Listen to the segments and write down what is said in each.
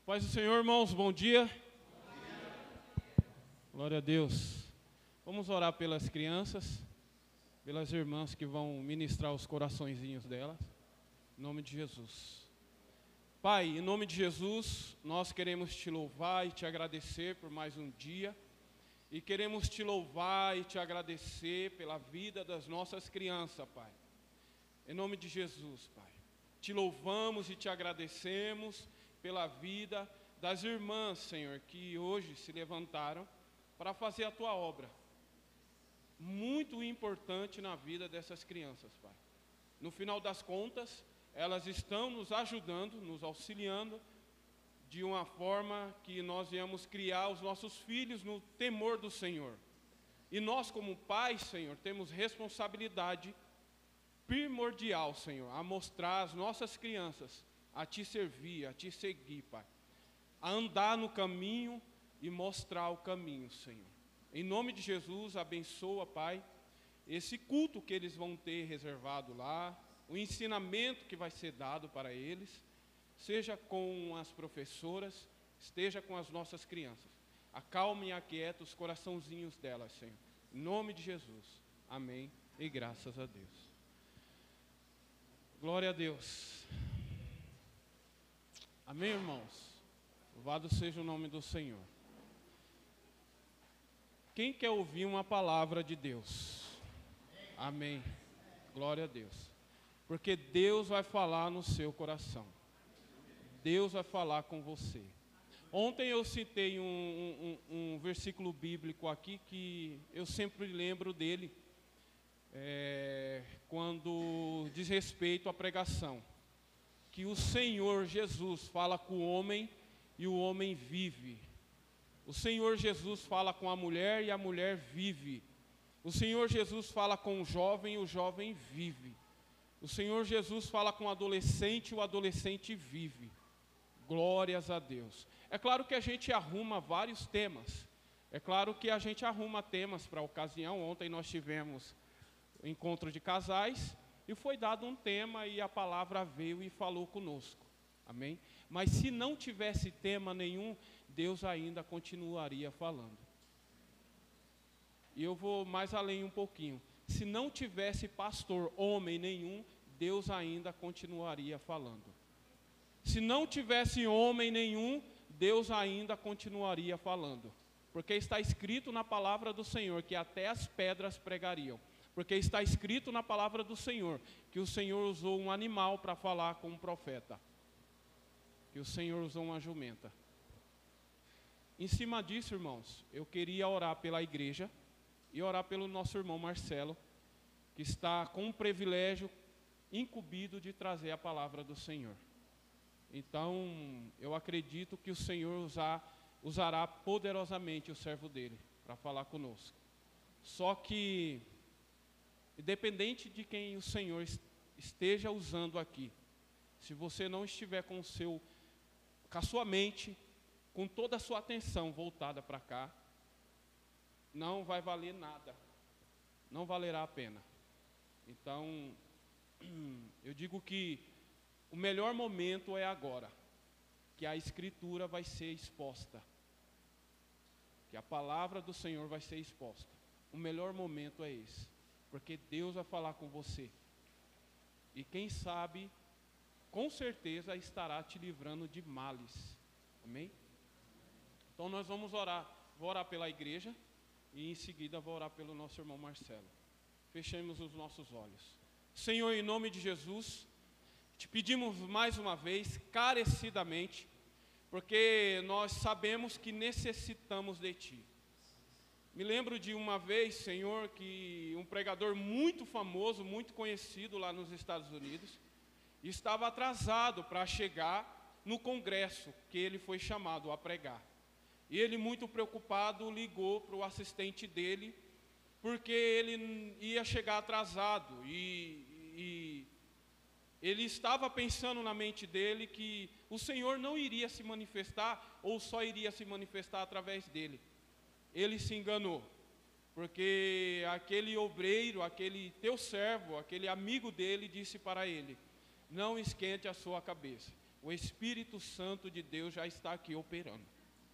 Paz do Senhor, irmãos, bom dia. Glória a Deus. Vamos orar pelas crianças, pelas irmãs que vão ministrar os coraçõezinhos delas. Em nome de Jesus. Pai, em nome de Jesus, nós queremos te louvar e te agradecer por mais um dia. E queremos te louvar e te agradecer pela vida das nossas crianças, Pai. Em nome de Jesus, Pai. Te louvamos e te agradecemos pela vida das irmãs, Senhor, que hoje se levantaram para fazer a tua obra. Muito importante na vida dessas crianças, Pai. No final das contas, elas estão nos ajudando, nos auxiliando, de uma forma que nós viemos criar os nossos filhos no temor do Senhor. E nós, como pais, Senhor, temos responsabilidade primordial, Senhor, a mostrar às nossas crianças a te servir, a te seguir, Pai. A andar no caminho e mostrar o caminho, Senhor. Em nome de Jesus, abençoa, Pai, esse culto que eles vão ter reservado lá, o ensinamento que vai ser dado para eles, seja com as professoras, esteja com as nossas crianças. Acalme e aquieta os coraçãozinhos delas, Senhor. Em nome de Jesus. Amém e graças a Deus. Glória a Deus. Amém, irmãos? Louvado seja o nome do Senhor. Quem quer ouvir uma palavra de Deus? Amém. Glória a Deus. Porque Deus vai falar no seu coração. Deus vai falar com você. Ontem eu citei um versículo bíblico aqui que eu sempre lembro dele, quando diz respeito à pregação. Que o Senhor Jesus fala com o homem e o homem vive. O Senhor Jesus fala com a mulher e a mulher vive. O Senhor Jesus fala com o jovem vive. O Senhor Jesus fala com o adolescente vive. Glórias a Deus. É claro que a gente arruma vários temas. É claro que a gente arruma temas para a ocasião. Ontem nós tivemos o encontro de casais. E foi dado um tema e a palavra veio e falou conosco. Amém? Mas se não tivesse tema nenhum, Deus ainda continuaria falando. E eu vou mais além um pouquinho. Se não tivesse pastor homem nenhum, Deus ainda continuaria falando. Se não tivesse homem nenhum, Deus ainda continuaria falando. Porque está escrito na palavra do Senhor que até as pedras pregariam. Porque está escrito na palavra do Senhor que o Senhor usou um animal para falar com um profeta. Que o Senhor usou uma jumenta. Em cima disso, irmãos, eu queria orar pela igreja e orar pelo nosso irmão Marcelo, que está com o privilégio incumbido de trazer a palavra do Senhor. Então, eu acredito que o Senhor usará poderosamente o servo dele para falar conosco. Só que, independente de quem o Senhor esteja usando aqui, se você não estiver com a sua mente, com toda a sua atenção voltada para cá, não vai valer nada, não valerá a pena. Então, eu digo que o melhor momento é agora, que a Escritura vai ser exposta, que a palavra do Senhor vai ser exposta. O melhor momento é esse. Porque Deus vai falar com você. E quem sabe, com certeza estará te livrando de males. Amém? Então nós vamos orar. Vou orar pela igreja e em seguida vou orar pelo nosso irmão Marcelo. Fechemos os nossos olhos. Senhor, em nome de Jesus, te pedimos mais uma vez, carecidamente, porque nós sabemos que necessitamos de Ti. Me lembro de uma vez, Senhor, que um pregador muito famoso, muito conhecido lá nos Estados Unidos, estava atrasado para chegar no congresso que ele foi chamado a pregar. E ele, muito preocupado, ligou para o assistente dele, porque ele ia chegar atrasado. E ele estava pensando na mente dele que o Senhor não iria se manifestar, ou só iria se manifestar através dele. Ele se enganou, porque aquele obreiro, aquele teu servo, aquele amigo dele disse para ele: não esquente a sua cabeça, O Espírito Santo de Deus já está aqui operando.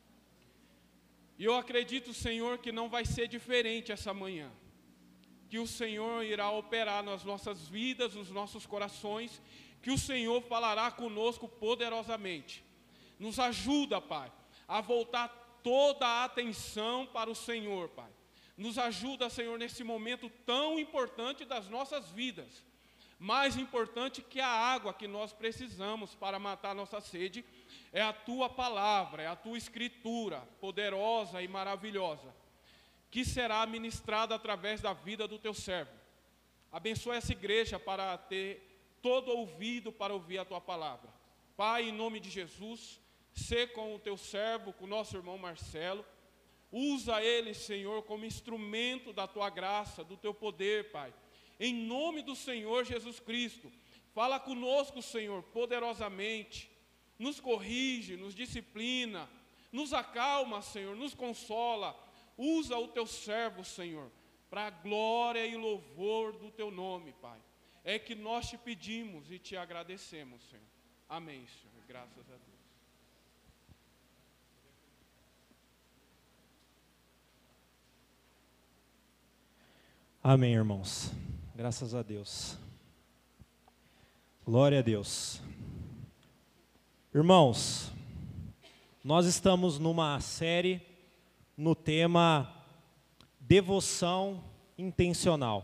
E eu acredito, Senhor, que não vai ser diferente essa manhã. Que o Senhor irá operar nas nossas vidas, nos nossos corações, que o Senhor falará conosco poderosamente. Nos ajuda, Pai, a voltar toda a atenção para o Senhor, Pai. Nos ajuda, Senhor, nesse momento tão importante das nossas vidas. Mais importante que a água que nós precisamos para matar nossa sede, é a Tua palavra, é a Tua Escritura, poderosa e maravilhosa, que será ministrada através da vida do Teu servo. Abençoa essa igreja para ter todo ouvido para ouvir a Tua palavra. Pai, em nome de Jesus, sê com o Teu servo, com o nosso irmão Marcelo. Usa ele, Senhor, como instrumento da Tua graça, do Teu poder, Pai. Em nome do Senhor Jesus Cristo, fala conosco, Senhor, poderosamente. Nos corrige, nos disciplina, nos acalma, Senhor, nos consola. Usa o Teu servo, Senhor, para a glória e louvor do Teu nome, Pai. É que nós te pedimos e te agradecemos, Senhor. Amém, Senhor. Graças a Deus. Amém, irmãos. Graças a Deus. Glória a Deus. Irmãos, nós estamos numa série no tema devoção intencional.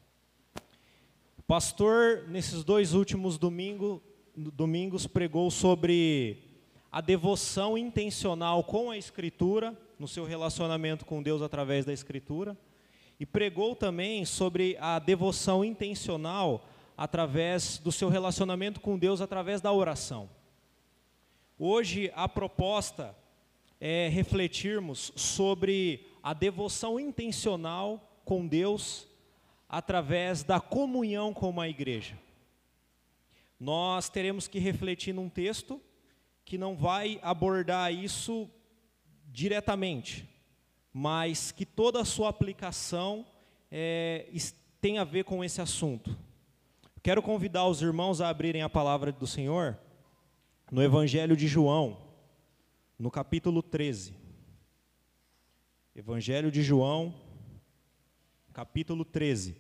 O pastor, nesses 2 últimos domingos, pregou sobre a devoção intencional com a Escritura, no seu relacionamento com Deus através da Escritura. E pregou também sobre a devoção intencional através do seu relacionamento com Deus através da oração. Hoje a proposta é refletirmos sobre a devoção intencional com Deus através da comunhão com uma igreja. Nós teremos que refletir num texto que não vai abordar isso diretamente, mas que toda a sua aplicação tem a ver com esse assunto. Quero convidar os irmãos a abrirem a palavra do Senhor no Evangelho de João, no capítulo 13. Evangelho de João, capítulo 13.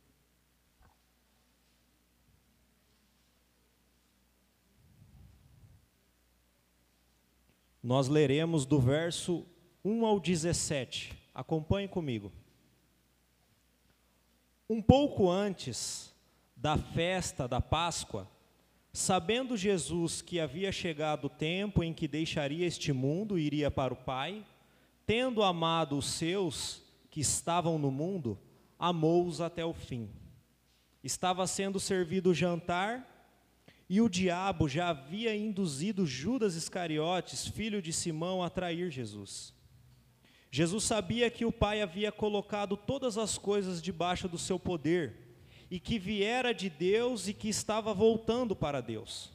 Nós leremos do verso 1 ao 17, acompanhe comigo. Um pouco antes da festa da Páscoa, sabendo Jesus que havia chegado o tempo em que deixaria este mundo e iria para o Pai, tendo amado os seus que estavam no mundo, amou-os até o fim. Estava sendo servido o jantar, e o diabo já havia induzido Judas Iscariotes, filho de Simão, a trair Jesus. Jesus sabia que o Pai havia colocado todas as coisas debaixo do seu poder, e que viera de Deus e que estava voltando para Deus.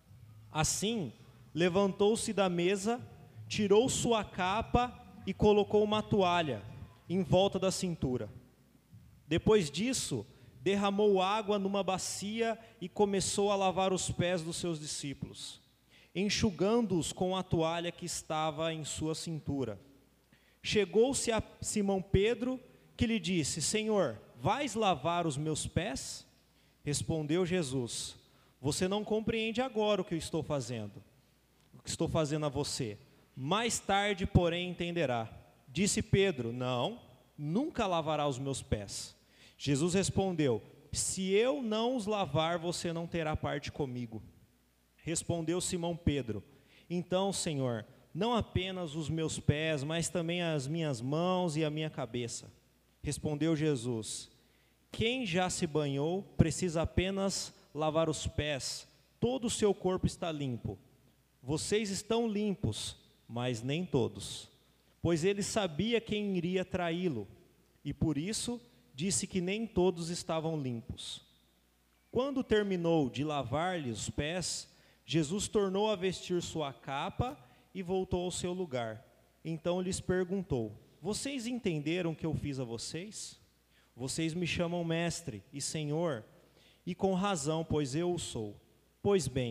Assim, levantou-se da mesa, tirou sua capa e colocou uma toalha em volta da cintura. Depois disso, derramou água numa bacia e começou a lavar os pés dos seus discípulos, enxugando-os com a toalha que estava em sua cintura. Chegou-se a Simão Pedro, que lhe disse: Senhor, vais lavar os meus pés? Respondeu Jesus: você não compreende agora o que eu estou fazendo, o que estou fazendo a você. Mais tarde, porém, entenderá. Disse Pedro: não, nunca lavará os meus pés. Jesus respondeu: se eu não os lavar, você não terá parte comigo. Respondeu Simão Pedro: então, Senhor, não apenas os meus pés, mas também as minhas mãos e a minha cabeça. Respondeu Jesus: quem já se banhou precisa apenas lavar os pés, todo o seu corpo está limpo. Vocês estão limpos, mas nem todos. Pois ele sabia quem iria traí-lo, e por isso disse que nem todos estavam limpos. Quando terminou de lavar-lhes os pés, Jesus tornou a vestir sua capa e voltou ao seu lugar. Então lhes perguntou: vocês entenderam o que eu fiz a vocês? Vocês me chamam mestre e senhor, e com razão, pois eu o sou. Pois bem,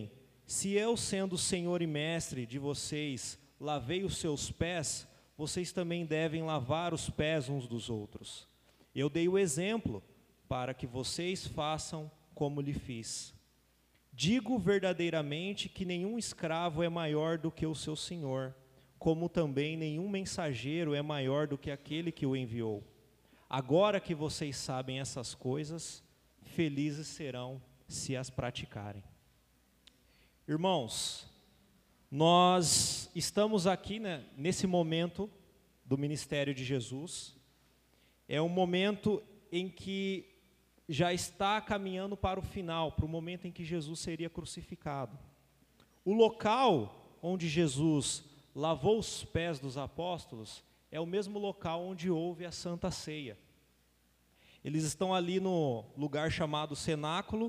se eu, sendo Senhor e Mestre de vocês, lavei os seus pés, vocês também devem lavar os pés uns dos outros. Eu dei o exemplo para que vocês façam como lhe fiz. Digo verdadeiramente que nenhum escravo é maior do que o seu senhor, como também nenhum mensageiro é maior do que aquele que o enviou. Agora que vocês sabem essas coisas, felizes serão se as praticarem. Irmãos, nós estamos aqui, né, nesse momento do ministério de Jesus. É um momento em que já está caminhando para o final, para o momento em que Jesus seria crucificado. O local onde Jesus lavou os pés dos apóstolos é o mesmo local onde houve a Santa Ceia. Eles estão ali no lugar chamado cenáculo,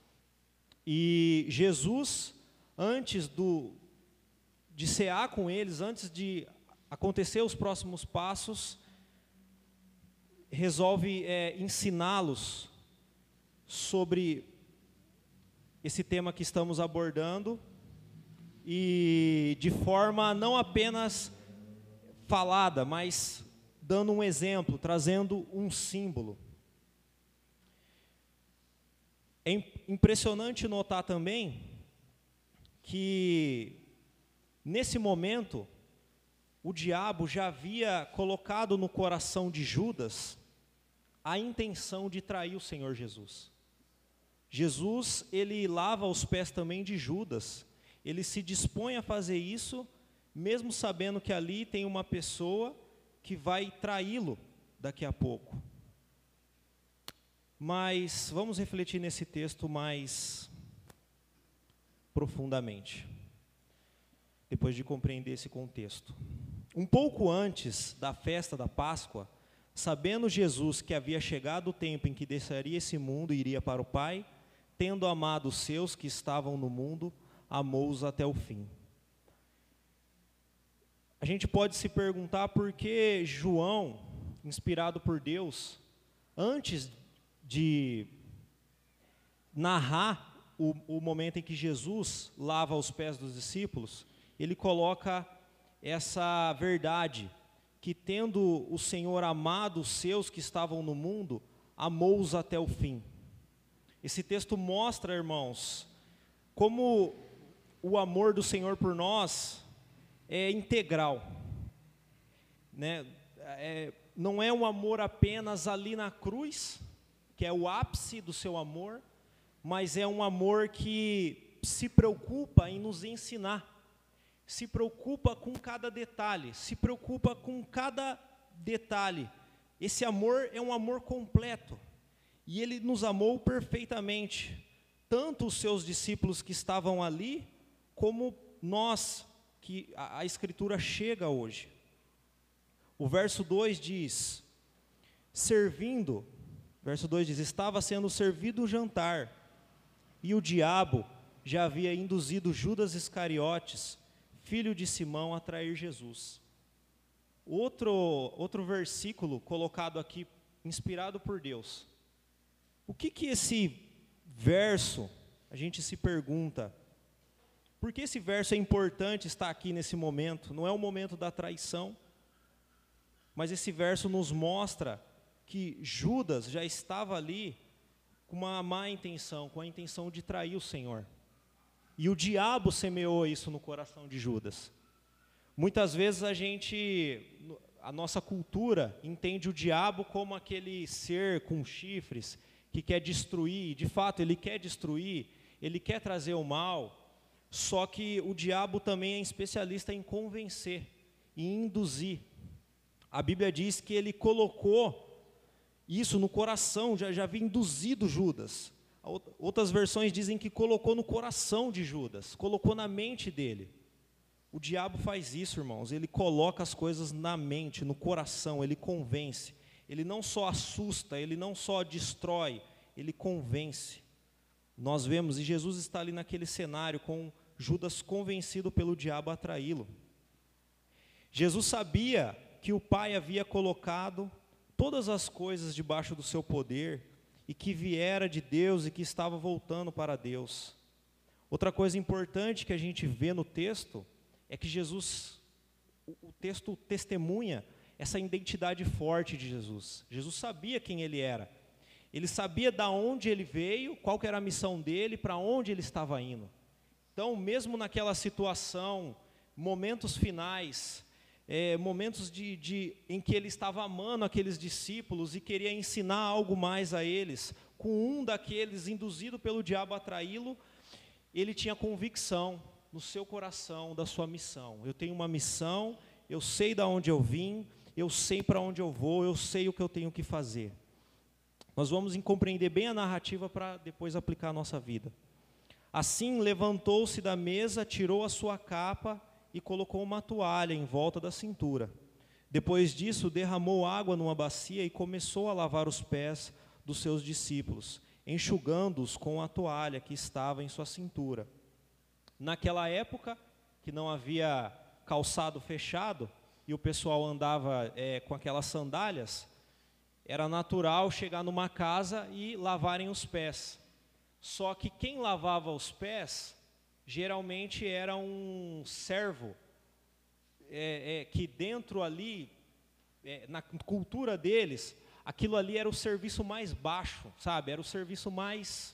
e Jesus, antes de cear com eles, antes de acontecer os próximos passos, resolve ensiná-los sobre esse tema que estamos abordando, e de forma não apenas falada, mas dando um exemplo, trazendo um símbolo. É impressionante notar também que nesse momento o diabo já havia colocado no coração de Judas a intenção de trair o Senhor Jesus. Jesus, ele lava os pés também de Judas. Ele se dispõe a fazer isso, mesmo sabendo que ali tem uma pessoa que vai traí-lo daqui a pouco. Mas vamos refletir nesse texto mais profundamente, depois de compreender esse contexto. Um pouco antes da festa da Páscoa, sabendo Jesus que havia chegado o tempo em que deixaria esse mundo e iria para o Pai, tendo amado os seus que estavam no mundo, amou-os até o fim. A gente pode se perguntar por que João, inspirado por Deus, antes de narrar o momento em que Jesus lava os pés dos discípulos, ele coloca essa verdade, que tendo o Senhor amado os seus que estavam no mundo, amou-os até o fim. Esse texto mostra, irmãos, como o amor do Senhor por nós é integral, né? Não é um amor apenas ali na cruz, que é o ápice do seu amor, mas é um amor que se preocupa em nos ensinar, se preocupa com cada detalhe, se preocupa com cada detalhe. Esse amor é um amor completo, e ele nos amou perfeitamente, tanto os seus discípulos que estavam ali, como nós, que a Escritura chega hoje. O verso 2 diz, verso 2 diz, estava sendo servido o jantar, e o diabo já havia induzido Judas Iscariotes, filho de Simão, a trair Jesus. Outro versículo colocado aqui, inspirado por Deus. O que esse verso, a gente se pergunta, por que esse verso é importante estar aqui nesse momento? Não é o momento da traição, mas esse verso nos mostra que Judas já estava ali com uma má intenção, com a intenção de trair o Senhor. E o diabo semeou isso no coração de Judas. Muitas vezes a nossa cultura entende o diabo como aquele ser com chifres que quer destruir. De fato, ele quer destruir, ele quer trazer o mal. Só que o diabo também é especialista em convencer, em induzir. A Bíblia diz que ele colocou isso no coração, já havia induzido Judas. Outras versões dizem que colocou no coração de Judas, colocou na mente dele. O diabo faz isso, irmãos, ele coloca as coisas na mente, no coração, ele convence. Ele não só assusta, ele não só destrói, ele convence. Nós vemos, e Jesus está ali naquele cenário com Judas convencido pelo diabo a traí-lo. Jesus sabia que o Pai havia colocado todas as coisas debaixo do seu poder, e que viera de Deus e que estava voltando para Deus. Outra coisa importante que a gente vê no texto é que Jesus, o texto testemunha essa identidade forte de Jesus. Jesus sabia quem ele era. Ele sabia de onde ele veio, qual que era a missão dele, para onde ele estava indo. Então, mesmo naquela situação, momentos finais, momentos em que ele estava amando aqueles discípulos e queria ensinar algo mais a eles, com um daqueles induzido pelo diabo a traí-lo, ele tinha convicção no seu coração da sua missão. Eu tenho uma missão, eu sei de onde eu vim, eu sei para onde eu vou, eu sei o que eu tenho que fazer. Nós vamos compreender bem a narrativa para depois aplicar a nossa vida. Assim, levantou-se da mesa, tirou a sua capa e colocou uma toalha em volta da cintura. Depois disso, derramou água numa bacia e começou a lavar os pés dos seus discípulos, enxugando-os com a toalha que estava em sua cintura. Naquela época, que não havia calçado fechado, e o pessoal andava com aquelas sandálias, era natural chegar numa casa e lavarem os pés. Só que quem lavava os pés, geralmente era um servo, que dentro ali, na cultura deles, aquilo ali era o serviço mais baixo, sabe? Era o serviço mais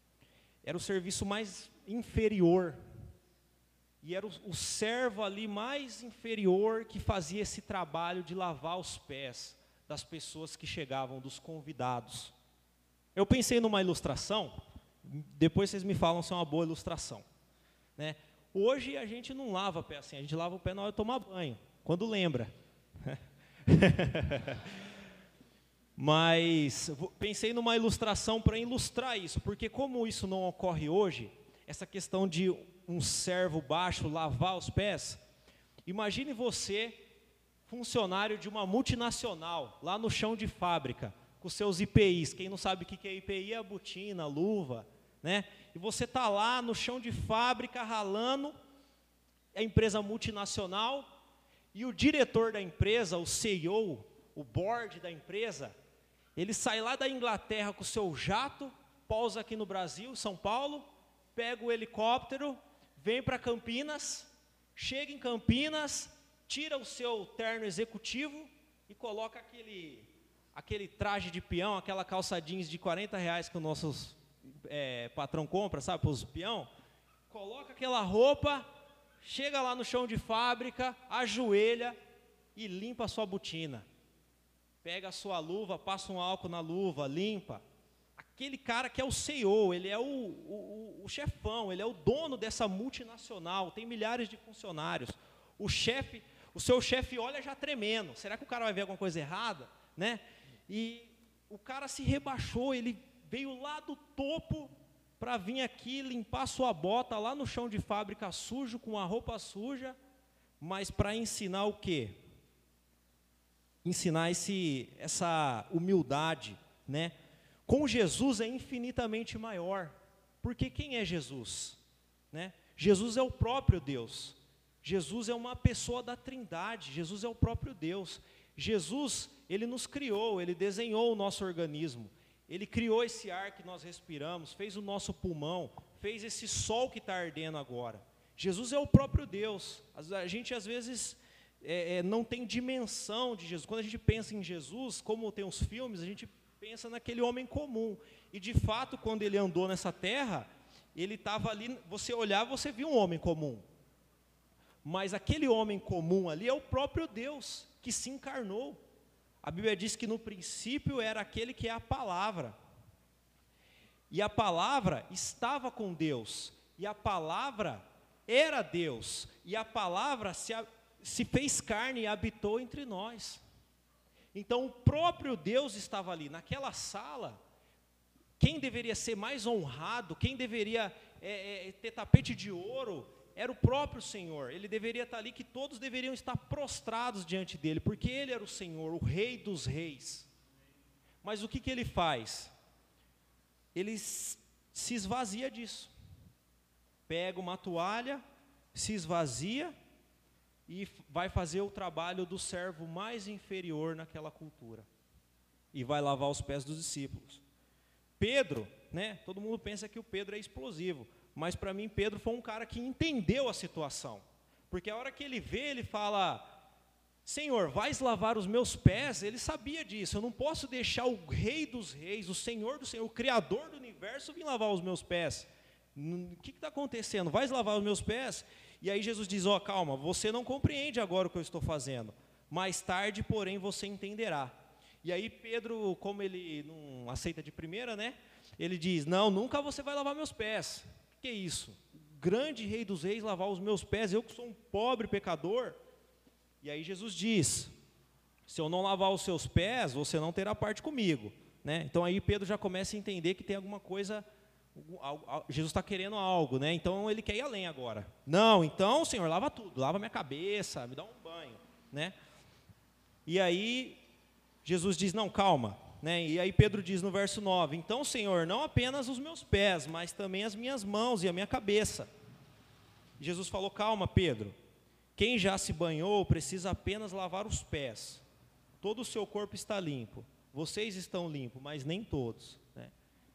inferior. E era o servo ali mais inferior que fazia esse trabalho de lavar os pés das pessoas que chegavam, dos convidados. Eu pensei numa ilustração, depois vocês me falam se é uma boa ilustração, né? Hoje a gente não lava pé assim, a gente lava o pé na hora de tomar banho, quando lembra. Mas pensei numa ilustração para ilustrar isso, porque como isso não ocorre hoje, essa questão de um servo baixo lavar os pés, imagine você, funcionário de uma multinacional, lá no chão de fábrica, com seus IPIs. Quem não sabe o que é IPI é a botina, a luva, né? E você está lá no chão de fábrica, ralando, a empresa multinacional, e o diretor da empresa, o CEO, o board da empresa, ele sai lá da Inglaterra com o seu jato, pousa aqui no Brasil, São Paulo, pega o helicóptero, vem para Campinas, chega em Campinas, tira o seu terno executivo e coloca aquele traje de peão, aquela calça jeans de R$40 que o nosso patrão compra, sabe, para os peão. Coloca aquela roupa, chega lá no chão de fábrica, ajoelha e limpa a sua botina. Pega a sua luva, passa um álcool na luva, limpa. Aquele cara que é o CEO, ele é o chefão, ele é o dono dessa multinacional, tem milhares de funcionários. O seu chefe olha já tremendo, será que o cara vai ver alguma coisa errada, né? E o cara se rebaixou, ele veio lá do topo para vir aqui limpar sua bota lá no chão de fábrica sujo, com a roupa suja, mas para ensinar o quê? Ensinar essa humildade, né? Com Jesus é infinitamente maior, porque quem é Jesus? Né? Jesus é o próprio Deus. Jesus é uma pessoa da Trindade, Jesus é o próprio Deus. Jesus, ele nos criou, ele desenhou o nosso organismo, ele criou esse ar que nós respiramos, fez o nosso pulmão, fez esse sol que está ardendo agora. Jesus é o próprio Deus. A gente às vezes não tem dimensão de Jesus. Quando a gente pensa em Jesus, como tem os filmes, a gente pensa naquele homem comum. E de fato, quando ele andou nessa terra, ele estava ali, você olhava, você via um homem comum. Mas aquele homem comum ali é o próprio Deus que se encarnou. A Bíblia diz que no princípio era aquele que é a palavra. E a palavra estava com Deus. E a palavra era Deus. E a palavra se fez carne e habitou entre nós. Então o próprio Deus estava ali, naquela sala. Quem deveria ser mais honrado, quem deveria ter tapete de ouro, era o próprio Senhor. Ele deveria estar ali, que todos deveriam estar prostrados diante dele, porque ele era o Senhor, o Rei dos Reis. Mas o que ele faz? Ele se esvazia disso. Pega uma toalha, se esvazia e vai fazer o trabalho do servo mais inferior naquela cultura. E vai lavar os pés dos discípulos. Pedro, né? Todo mundo pensa que o Pedro é explosivo. mas para mim Pedro foi um cara que entendeu a situação. Porque a hora que ele vê, ele fala: Senhor, vais lavar os meus pés? Ele sabia disso. Eu não posso deixar o Rei dos Reis, o Senhor do Senhor, o Criador do universo vir lavar os meus pés. O que está acontecendo? Vais lavar os meus pés? E aí Jesus diz: ó, calma, você não compreende agora o que eu estou fazendo. Mais tarde, porém, você entenderá. E aí Pedro, como ele não aceita de primeira, né? Ele diz: não, nunca você vai lavar meus pés. Que é isso? O grande Rei dos Reis lavar os meus pés, eu que sou um pobre pecador. E aí Jesus diz: se eu não lavar os seus pés, você não terá parte comigo, né? Então aí Pedro já começa a entender que tem alguma coisa, Jesus está querendo algo, né? Então ele quer ir além agora. Não, então, Senhor, lava tudo, lava minha cabeça, me dá um banho, né? E aí Jesus diz: não, calma, né? E aí Pedro diz no verso 9: então, Senhor, não apenas os meus pés, mas também as minhas mãos e a minha cabeça. Jesus falou: calma, Pedro, quem já se banhou precisa apenas lavar os pés. Todo o seu corpo está limpo. Vocês estão limpos, mas nem todos, né?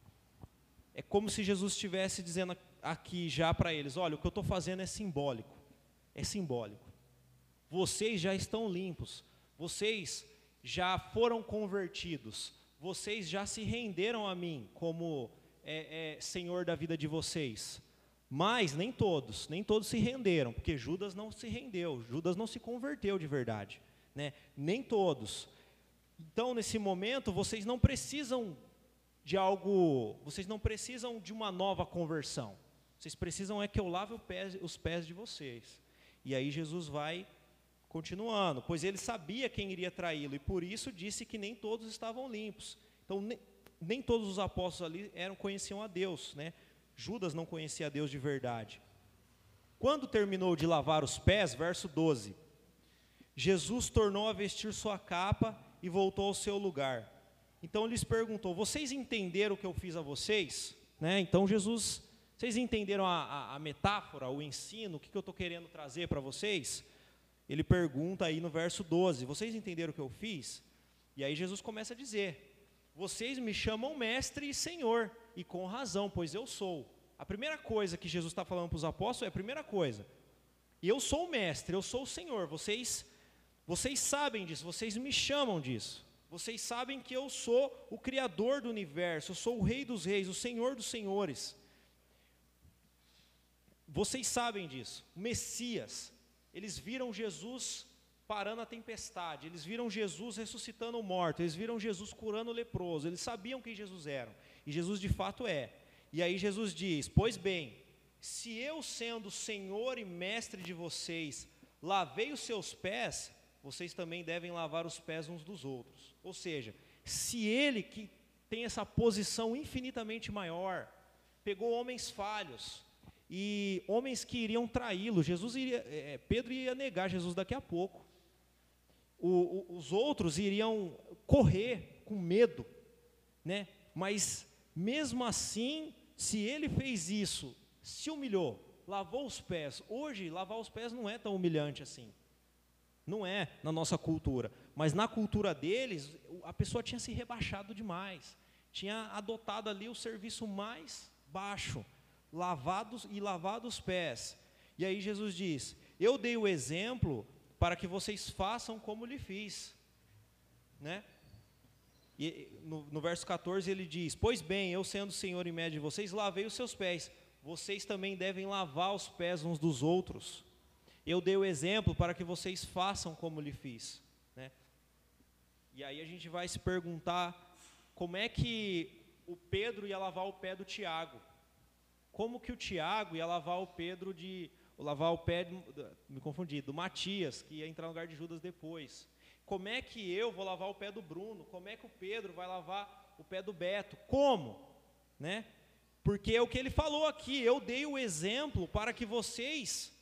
É como se Jesus estivesse dizendo aqui já para eles: olha, o que eu estou fazendo é simbólico. É simbólico. Vocês já estão limpos. Vocês já foram convertidos. Vocês já se renderam a mim como Senhor da vida de vocês. Mas nem todos se renderam, porque Judas não se rendeu, Judas não se converteu de verdade, né? Nem todos. Então, nesse momento, vocês não precisam de algo, vocês não precisam de uma nova conversão. Vocês precisam que eu lave os pés de vocês. E aí Jesus vai continuando, pois ele sabia quem iria traí-lo, e por isso disse que nem todos estavam limpos. Então, nem todos os apóstolos ali conheciam a Deus, né? Judas não conhecia a Deus de verdade. Quando terminou de lavar os pés, verso 12, Jesus tornou a vestir sua capa e voltou ao seu lugar. Então lhes perguntou: vocês entenderam o que eu fiz a vocês? Né? Então Jesus, vocês entenderam a metáfora, o ensino, o que eu estou querendo trazer para vocês? Ele pergunta aí no verso 12: vocês entenderam o que eu fiz? E aí Jesus começa a dizer: vocês me chamam mestre e senhor, e com razão, pois eu sou. A primeira coisa que Jesus está falando para os apóstolos é a primeira coisa: e eu sou o mestre, eu sou o senhor, vocês sabem disso, vocês me chamam disso. Vocês sabem que eu sou o Criador do universo, eu sou o Rei dos Reis, o Senhor dos Senhores. Vocês sabem disso. O Messias, eles viram Jesus parando a tempestade, eles viram Jesus ressuscitando o morto, eles viram Jesus curando o leproso, eles sabiam quem Jesus era, e Jesus de fato é. E aí Jesus diz: pois bem, se eu, sendo Senhor e Mestre de vocês, lavei os seus pés, vocês também devem lavar os pés uns dos outros. Ou seja, se ele, que tem essa posição infinitamente maior, pegou homens falhos e homens que iriam traí-lo, Pedro iria negar Jesus daqui a pouco. Os outros iriam correr com medo, né? Mas mesmo assim, se ele fez isso, se humilhou, lavou os pés. Hoje, lavar os pés não é tão humilhante assim. Não é na nossa cultura, mas na cultura deles, a pessoa tinha se rebaixado demais, tinha adotado ali o serviço mais baixo, lavar os pés. E aí Jesus diz: eu dei o exemplo para que vocês façam como lhe fiz, né? E no verso 14 ele diz: pois bem, eu sendo Senhor e Mestre de vocês, lavei os seus pés, vocês também devem lavar os pés uns dos outros. Eu dei o exemplo para que vocês façam como lhe fiz, né? E aí a gente vai se perguntar: como é que o Pedro ia lavar o pé do Tiago? Como que o Tiago ia lavar o pé do Matias, que ia entrar no lugar de Judas depois? Como é que eu vou lavar o pé do Bruno? Como é que o Pedro vai lavar o pé do Beto? Como? Né? Porque é o que ele falou aqui: eu dei o exemplo para que vocês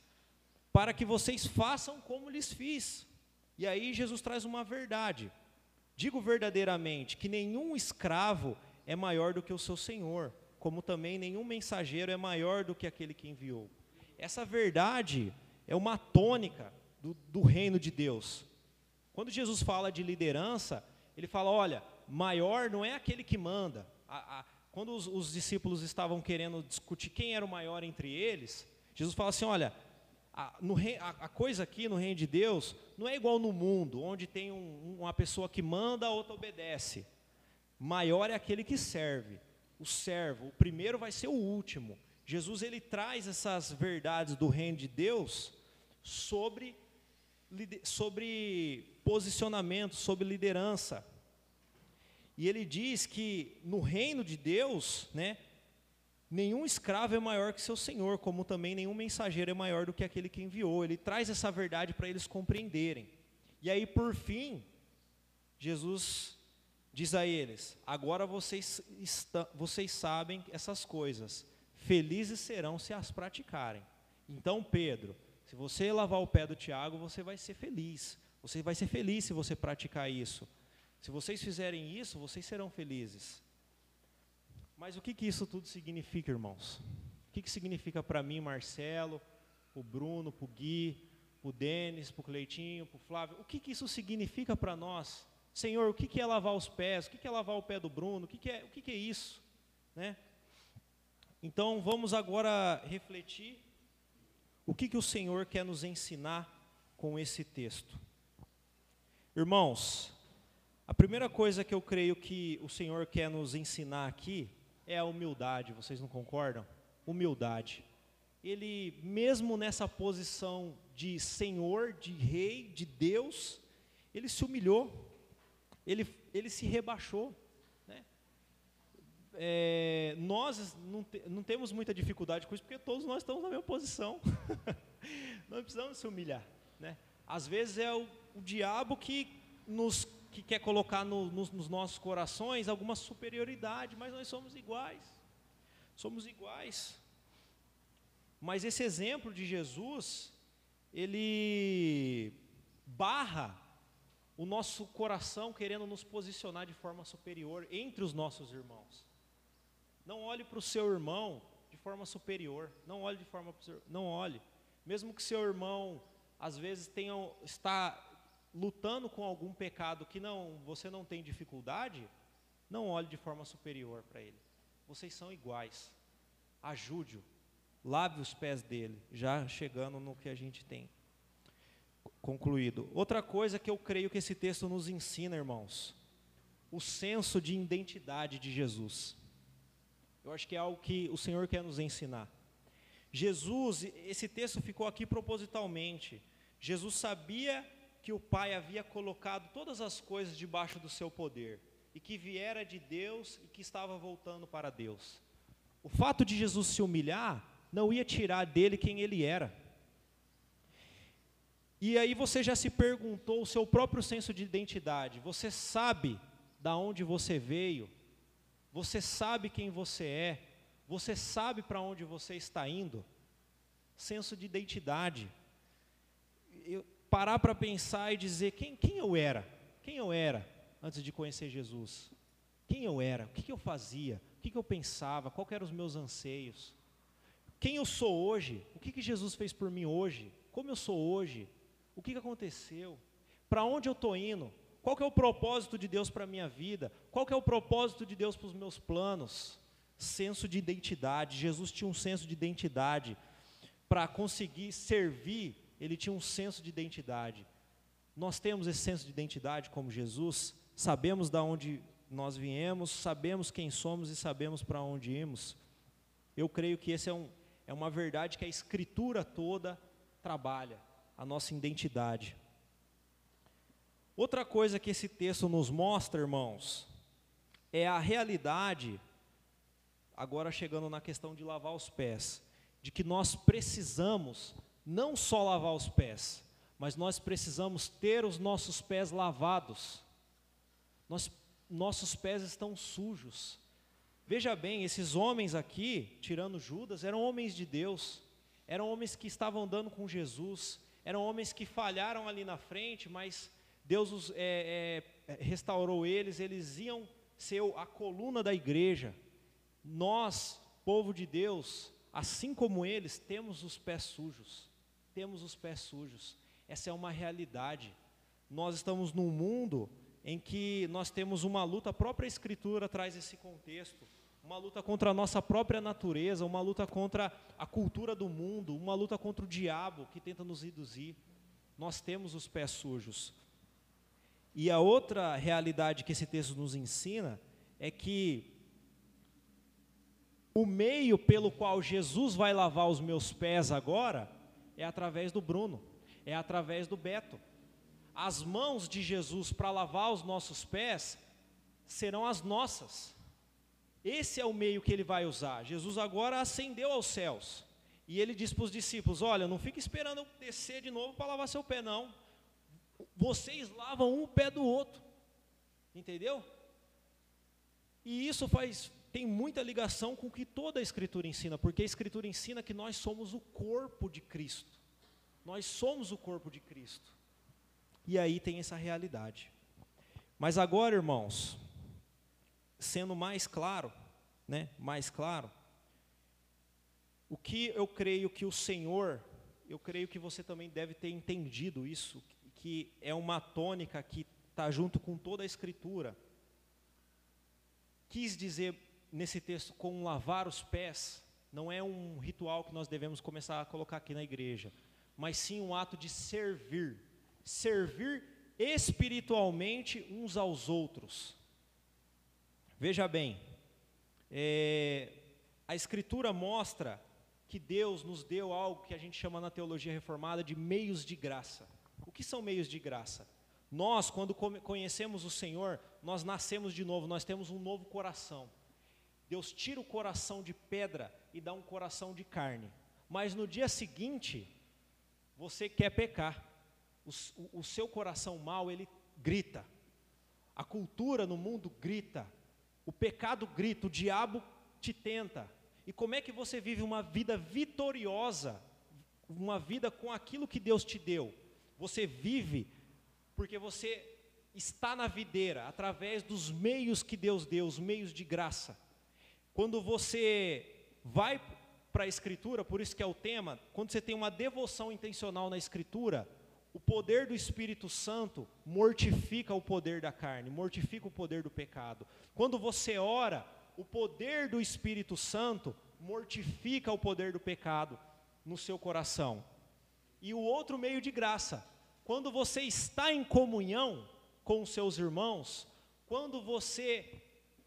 façam como lhes fiz. E aí Jesus traz uma verdade: digo verdadeiramente que nenhum escravo é maior do que o seu senhor, como também nenhum mensageiro é maior do que aquele que enviou. Essa verdade é uma tônica do reino de Deus. Quando Jesus fala de liderança, ele fala: olha, maior não é aquele que manda, quando os discípulos estavam querendo discutir quem era o maior entre eles, Jesus fala assim, olha, a coisa aqui no reino de Deus não é igual no mundo, onde tem uma pessoa que manda, a outra obedece. Maior é aquele que serve, o servo, o primeiro vai ser o último. Jesus, ele traz essas verdades do reino de Deus sobre posicionamento, sobre liderança. E ele diz que no reino de Deus, né, nenhum escravo é maior que seu senhor, como também nenhum mensageiro é maior do que aquele que enviou. Ele traz essa verdade para eles compreenderem. E aí, por fim, Jesus diz a eles, agora vocês sabem essas coisas, felizes serão se as praticarem. Então, Pedro, se você lavar o pé do Tiago, você vai ser feliz. Você vai ser feliz se você praticar isso. Se vocês fizerem isso, vocês serão felizes. Mas o que isso tudo significa, irmãos? O que significa para mim, Marcelo, para o Bruno, para o Gui, para o Denis, para o Cleitinho, para o Flávio? O que isso significa para nós? Senhor, o que é lavar os pés? O que é lavar o pé do Bruno? O que é isso? Né? Então, vamos agora refletir o que o Senhor quer nos ensinar com esse texto. Irmãos, a primeira coisa que eu creio que o Senhor quer nos ensinar aqui é a humildade, vocês não concordam? Humildade. Ele, mesmo nessa posição de Senhor, de Rei, de Deus, ele se humilhou, ele se rebaixou. Né? Nós não temos muita dificuldade com isso, porque todos nós estamos na mesma posição. Não precisamos se humilhar. Né? Às vezes é o diabo que quer colocar nos nossos corações alguma superioridade, mas nós somos iguais. Somos iguais. Mas esse exemplo de Jesus, ele barra o nosso coração querendo nos posicionar de forma superior entre os nossos irmãos. Não olhe para o seu irmão de forma superior. Não olhe. Mesmo que seu irmão, às vezes, está lutando com algum pecado que você não tem dificuldade, não olhe de forma superior para ele. Vocês são iguais. Ajude-o. Lave os pés dele, já chegando no que a gente tem concluído. Outra coisa que eu creio que esse texto nos ensina, irmãos, o senso de identidade de Jesus. Eu acho que é algo que o Senhor quer nos ensinar. Jesus, esse texto ficou aqui propositalmente. Jesus sabia que o Pai havia colocado todas as coisas debaixo do seu poder, e que viera de Deus e que estava voltando para Deus. O fato de Jesus se humilhar não ia tirar dele quem ele era. E aí você já se perguntou o seu próprio senso de identidade. Você sabe da onde você veio? Você sabe quem você é? Você sabe para onde você está indo? Senso de identidade. Parar para pensar e dizer quem eu era antes de conhecer Jesus, quem eu era, o que eu fazia, o que eu pensava, quais eram os meus anseios, quem eu sou hoje, o que Jesus fez por mim hoje, como eu sou hoje, o que aconteceu, para onde eu estou indo, qual que é o propósito de Deus para a minha vida, qual que é o propósito de Deus para os meus planos. Senso de identidade. Jesus tinha um senso de identidade. Para conseguir servir, ele tinha um senso de identidade. Nós temos esse senso de identidade como Jesus, sabemos de onde nós viemos, sabemos quem somos e sabemos para onde irmos. Eu creio que esse é uma verdade que a Escritura toda trabalha, a nossa identidade. Outra coisa que esse texto nos mostra, irmãos, é a realidade, agora chegando na questão de lavar os pés, de que nós precisamos não só lavar os pés, mas nós precisamos ter os nossos pés lavados. Nossos pés estão sujos. Veja bem, esses homens aqui, tirando Judas, eram homens de Deus, eram homens que estavam andando com Jesus, eram homens que falharam ali na frente, mas Deus restaurou eles iam ser a coluna da igreja. Nós, povo de Deus, assim como eles, temos os pés sujos. Essa é uma realidade. Nós estamos num mundo em que nós temos uma luta, a própria Escritura traz esse contexto, uma luta contra a nossa própria natureza, uma luta contra a cultura do mundo, uma luta contra o diabo que tenta nos reduzir. Nós temos os pés sujos. E a outra realidade que esse texto nos ensina é que o meio pelo qual Jesus vai lavar os meus pés agora é através do Bruno, é através do Beto. As mãos de Jesus para lavar os nossos pés serão as nossas. Esse é o meio que ele vai usar. Jesus agora ascendeu aos céus. E ele diz para os discípulos, olha, não fique esperando eu descer de novo para lavar seu pé, não. Vocês lavam um pé do outro. Entendeu? E isso tem muita ligação com o que toda a Escritura ensina, porque a Escritura ensina que nós somos o corpo de Cristo. Nós somos o corpo de Cristo. E aí tem essa realidade. Mas agora, irmãos, sendo mais claro, mais claro, o que eu creio que o Senhor, eu creio que você também deve ter entendido isso, que é uma tônica que está junto com toda a Escritura. Quis dizer nesse texto com lavar os pés, não é um ritual que nós devemos começar a colocar aqui na igreja, mas sim um ato de servir espiritualmente uns aos outros. Veja bem, a Escritura mostra que Deus nos deu algo que a gente chama na teologia reformada de meios de graça. O que são meios de graça? Nós, quando conhecemos o Senhor, nós nascemos de novo, nós temos um novo coração. Deus tira o coração de pedra e dá um coração de carne. Mas no dia seguinte, você quer pecar. O seu coração mau, ele grita. A cultura no mundo grita. O pecado grita, o diabo te tenta. E como é que você vive uma vida vitoriosa, uma vida com aquilo que Deus te deu? Você vive porque você está na videira, através dos meios que Deus deu, os meios de graça. Quando você vai para a Escritura, por isso que é o tema, quando você tem uma devoção intencional na Escritura, o poder do Espírito Santo mortifica o poder da carne, mortifica o poder do pecado. Quando você ora, o poder do Espírito Santo mortifica o poder do pecado no seu coração. E o outro meio de graça, quando você está em comunhão com os seus irmãos, quando você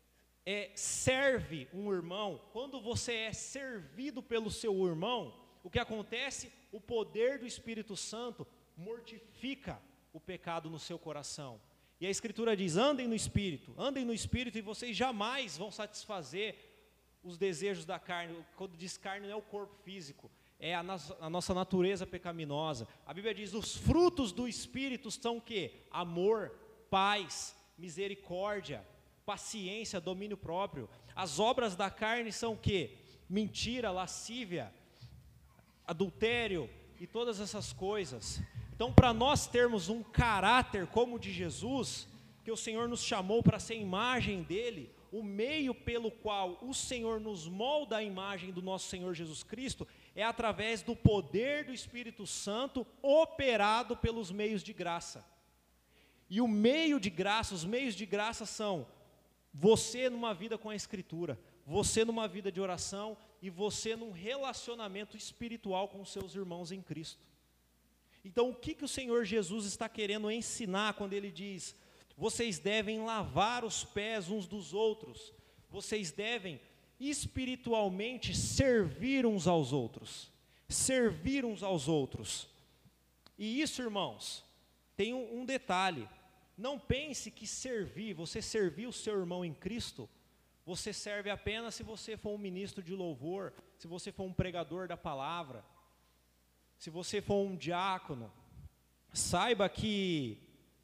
serve um irmão, quando você é servido pelo seu irmão, o que acontece? O poder do Espírito Santo mortifica o pecado no seu coração. E a Escritura diz, andem no Espírito e vocês jamais vão satisfazer os desejos da carne. Quando diz carne não é o corpo físico, é a nossa natureza pecaminosa. A Bíblia diz, os frutos do Espírito são o quê? Amor, paz, misericórdia, paciência, domínio próprio. As obras da carne são o quê? Mentira, lascívia, adultério e todas essas coisas. Então, para nós termos um caráter como o de Jesus, que o Senhor nos chamou para ser imagem dele, o meio pelo qual o Senhor nos molda a imagem do nosso Senhor Jesus Cristo, é através do poder do Espírito Santo operado pelos meios de graça. E o meio de graça, os meios de graça são você numa vida com a Escritura, você numa vida de oração e você num relacionamento espiritual com os seus irmãos em Cristo. Então, o que o Senhor Jesus está querendo ensinar quando Ele diz, vocês devem lavar os pés uns dos outros, vocês devem espiritualmente servir uns aos outros, servir uns aos outros. E isso, irmãos, tem um detalhe, não pense que você servir o seu irmão em Cristo, você serve apenas se você for um ministro de louvor, se você for um pregador da palavra, se você for um diácono. Saiba que,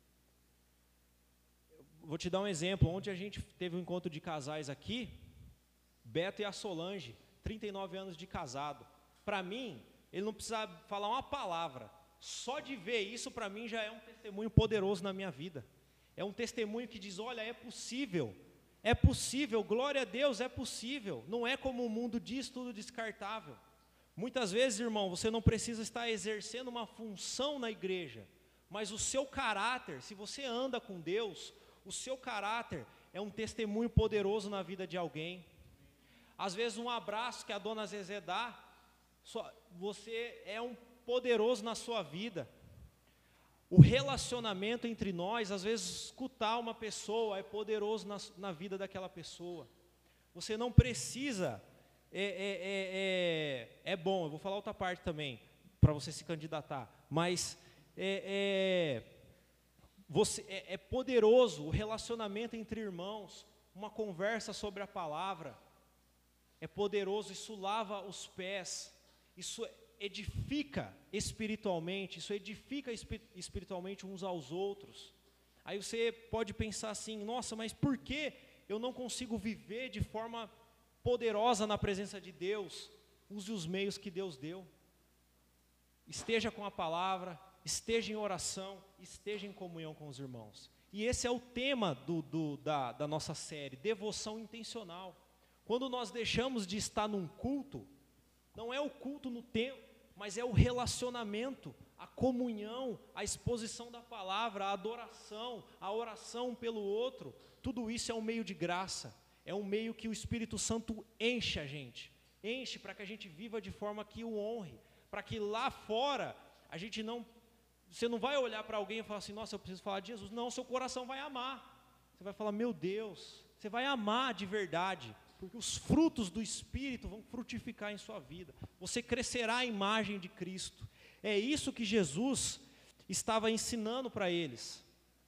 vou te dar um exemplo, ontem a gente teve um encontro de casais aqui, Beto e a Solange, 39 anos de casado. Para mim, ele não precisa falar uma palavra, só de ver isso para mim já é um testemunho poderoso na minha vida. É um testemunho que diz, olha, é possível, glória a Deus, é possível. Não é como o mundo diz, tudo descartável. Muitas vezes, irmão, você não precisa estar exercendo uma função na igreja, mas o seu caráter, se você anda com Deus, o seu caráter é um testemunho poderoso na vida de alguém. Às vezes um abraço que a dona Zezé dá, você é um poderoso na sua vida. O relacionamento entre nós, às vezes escutar uma pessoa é poderoso na vida daquela pessoa. Você não precisa, é bom, eu vou falar outra parte também, para você se candidatar, mas é poderoso o relacionamento entre irmãos, uma conversa sobre a palavra, é poderoso, isso lava os pés, isso edifica espiritualmente, uns aos outros. Aí você pode pensar assim, nossa, mas por que eu não consigo viver de forma poderosa na presença de Deus? Use os meios que Deus deu. Esteja com a palavra, esteja em oração, esteja em comunhão com os irmãos. E esse é o tema da nossa série, devoção intencional. Quando nós deixamos de estar num culto, não é o culto no templo, mas é o relacionamento, a comunhão, a exposição da palavra, a adoração, a oração um pelo outro. Tudo isso é um meio de graça, é um meio que o Espírito Santo enche a gente. Enche para que a gente viva de forma que o honre, para que lá fora você não vai olhar para alguém e falar assim, nossa, eu preciso falar de Jesus. Não, seu coração vai amar. Você vai falar, meu Deus, você vai amar de verdade, porque os frutos do Espírito vão frutificar em sua vida. Você crescerá à imagem de Cristo. É isso que Jesus estava ensinando para eles.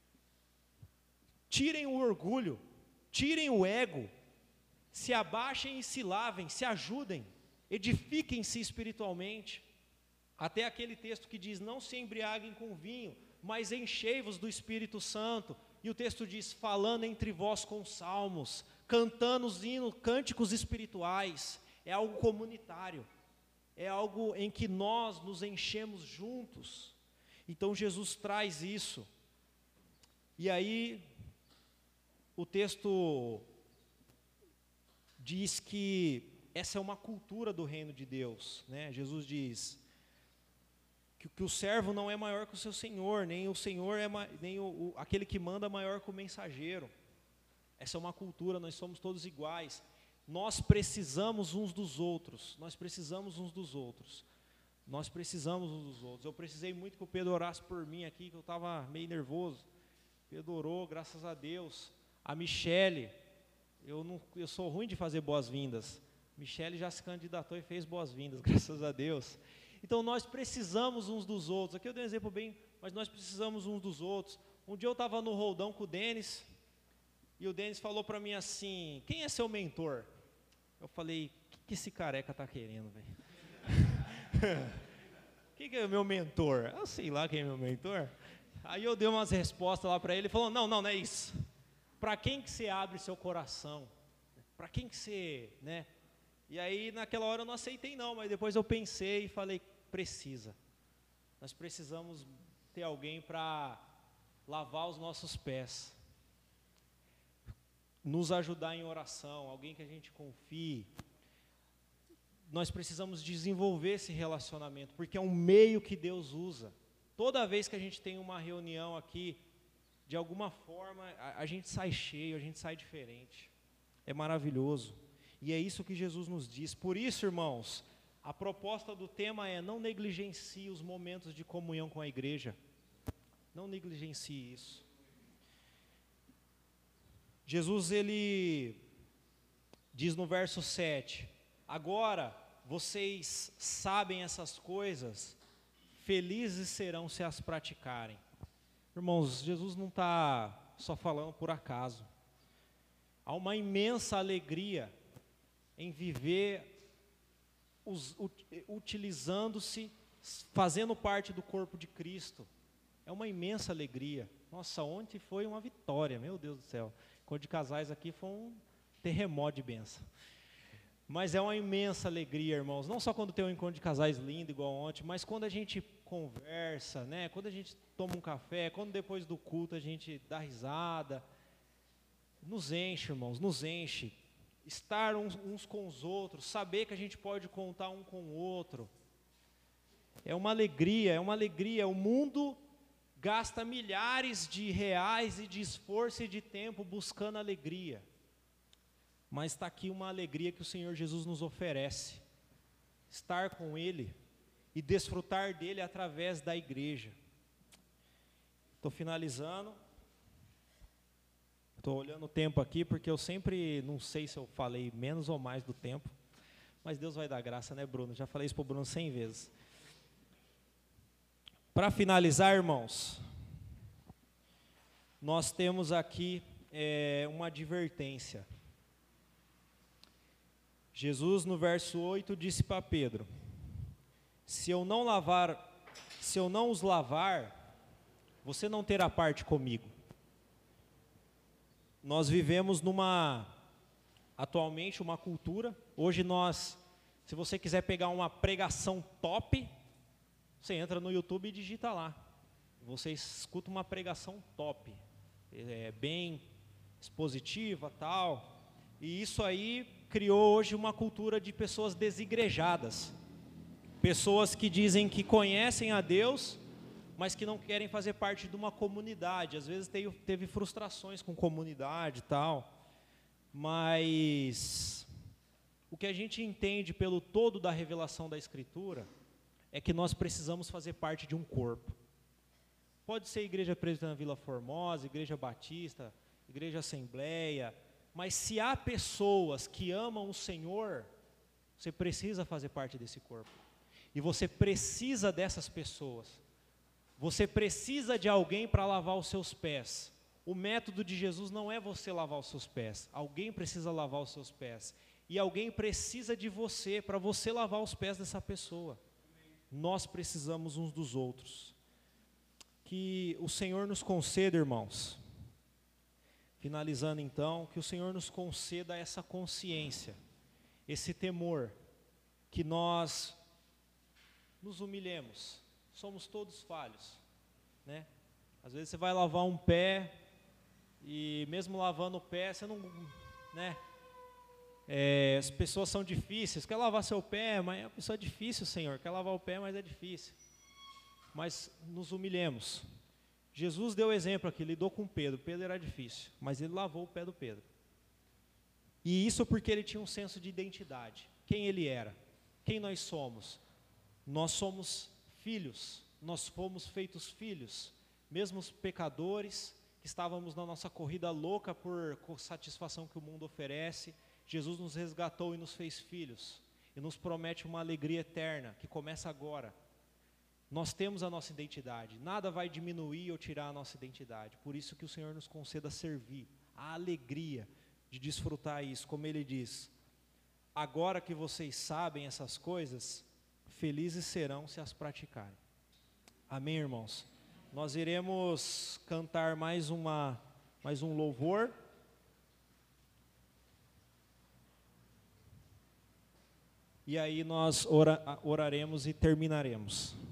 Tirem o orgulho, tirem o ego, se abaixem e se lavem, se ajudem, edifiquem-se espiritualmente. Até aquele texto que diz, não se embriaguem com vinho, mas enchei-vos do Espírito Santo. E o texto diz, falando entre vós com salmos, cantando os hinos, cânticos espirituais. É algo comunitário, é algo em que nós nos enchemos juntos. Então Jesus traz isso. E aí, o texto diz que essa é uma cultura do reino de Deus, né? Jesus diz que o servo não é maior que o seu senhor, nem o senhor aquele que manda é maior que o mensageiro. Essa é uma cultura, nós somos todos iguais. Nós precisamos uns dos outros. Eu precisei muito que o Pedro orasse por mim aqui, que eu estava meio nervoso. Pedro orou, graças a Deus. A Michele, eu sou ruim de fazer boas-vindas. Michele já se candidatou e fez boas-vindas, graças a Deus. Então nós precisamos uns dos outros. Aqui eu dei um exemplo bem, mas nós precisamos uns dos outros. Um dia eu estava no roldão com o Denis, e o Denis falou para mim assim, quem é seu mentor? Eu falei, o que esse careca está querendo, velho? Quem que é o meu mentor? Eu sei lá quem é meu mentor. Aí eu dei umas respostas lá para ele, ele falou, não é isso. Para quem que você abre seu coração? Para quem que você, né? E aí naquela hora eu não aceitei não, mas depois eu pensei e falei, nós precisamos ter alguém para lavar os nossos pés, nos ajudar em oração, alguém que a gente confie. Nós precisamos desenvolver esse relacionamento, porque é um meio que Deus usa. Toda vez que a gente tem uma reunião aqui, de alguma forma, a gente sai cheio, a gente sai diferente. É maravilhoso. E é isso que Jesus nos diz. Por isso, irmãos, a proposta do tema é, não negligencie os momentos de comunhão com a igreja. Não negligencie isso. Jesus, ele diz no verso 7, agora vocês sabem essas coisas, felizes serão se as praticarem. Irmãos, Jesus não está só falando por acaso. Há uma imensa alegria em viver utilizando-se, fazendo parte do corpo de Cristo. É uma imensa alegria. Nossa, ontem foi uma vitória, meu Deus do céu. Encontro de casais aqui foi um terremoto de bênção. Mas é uma imensa alegria, irmãos. Não só quando tem um encontro de casais lindo, igual ontem, mas quando a gente conversa, né? Quando a gente toma um café, quando depois do culto a gente dá risada. Nos enche, irmãos, nos enche. Estar uns com os outros, saber que a gente pode contar um com o outro. É uma alegria, O mundo gasta milhares de reais e de esforço e de tempo buscando alegria. mas está aqui uma alegria que o Senhor Jesus nos oferece. Estar com Ele e desfrutar dele através da igreja. Estou finalizando. Estou olhando o tempo aqui, porque eu sempre, não sei se eu falei menos ou mais do tempo, mas Deus vai dar graça, né, Bruno? Já falei isso para o Bruno 100 vezes. Para finalizar, irmãos, nós temos aqui uma advertência. Jesus, no verso 8, disse para Pedro: se eu não os lavar, você não terá parte comigo. Nós vivemos atualmente uma cultura, hoje se você quiser pegar uma pregação top, você entra no YouTube e digita lá, você escuta uma pregação top, bem expositiva, tal, e isso aí criou hoje uma cultura de pessoas desigrejadas, pessoas que dizem que conhecem a Deus, mas que não querem fazer parte de uma comunidade. Às vezes teve frustrações com comunidade e tal, mas o que a gente entende pelo todo da revelação da Escritura é que nós precisamos fazer parte de um corpo. Pode ser Igreja Presbiteriana Vila Formosa, Igreja Batista, Igreja Assembleia, mas se há pessoas que amam o Senhor, você precisa fazer parte desse corpo. E você precisa dessas pessoas. Você precisa de alguém para lavar os seus pés. O método de Jesus não é você lavar os seus pés. Alguém precisa lavar os seus pés. E alguém precisa de você para você lavar os pés dessa pessoa. Nós precisamos uns dos outros. Que o Senhor nos conceda, irmãos. Finalizando então, que o Senhor nos conceda essa consciência, esse temor, que nós nos humilhemos. Somos todos falhos, né? Às vezes você vai lavar um pé e mesmo lavando o pé, você não, né? As pessoas são difíceis, quer lavar seu pé, mas a pessoa é difícil, Senhor, quer lavar o pé, mas é difícil. Mas nos humilhemos. Jesus deu exemplo aqui, lidou com Pedro. Pedro era difícil, mas ele lavou o pé do Pedro. E isso porque ele tinha um senso de identidade. Quem ele era? Quem nós somos? Nós somos filhos, nós fomos feitos filhos, mesmo os pecadores, que estávamos na nossa corrida louca por satisfação que o mundo oferece, Jesus nos resgatou e nos fez filhos, e nos promete uma alegria eterna, que começa agora. Nós temos a nossa identidade, nada vai diminuir ou tirar a nossa identidade, por isso que o Senhor nos conceda servir, a alegria de desfrutar isso, como Ele diz, agora que vocês sabem essas coisas, felizes serão se as praticarem. Amém, irmãos? Nós iremos cantar mais um louvor. E aí nós oraremos e terminaremos.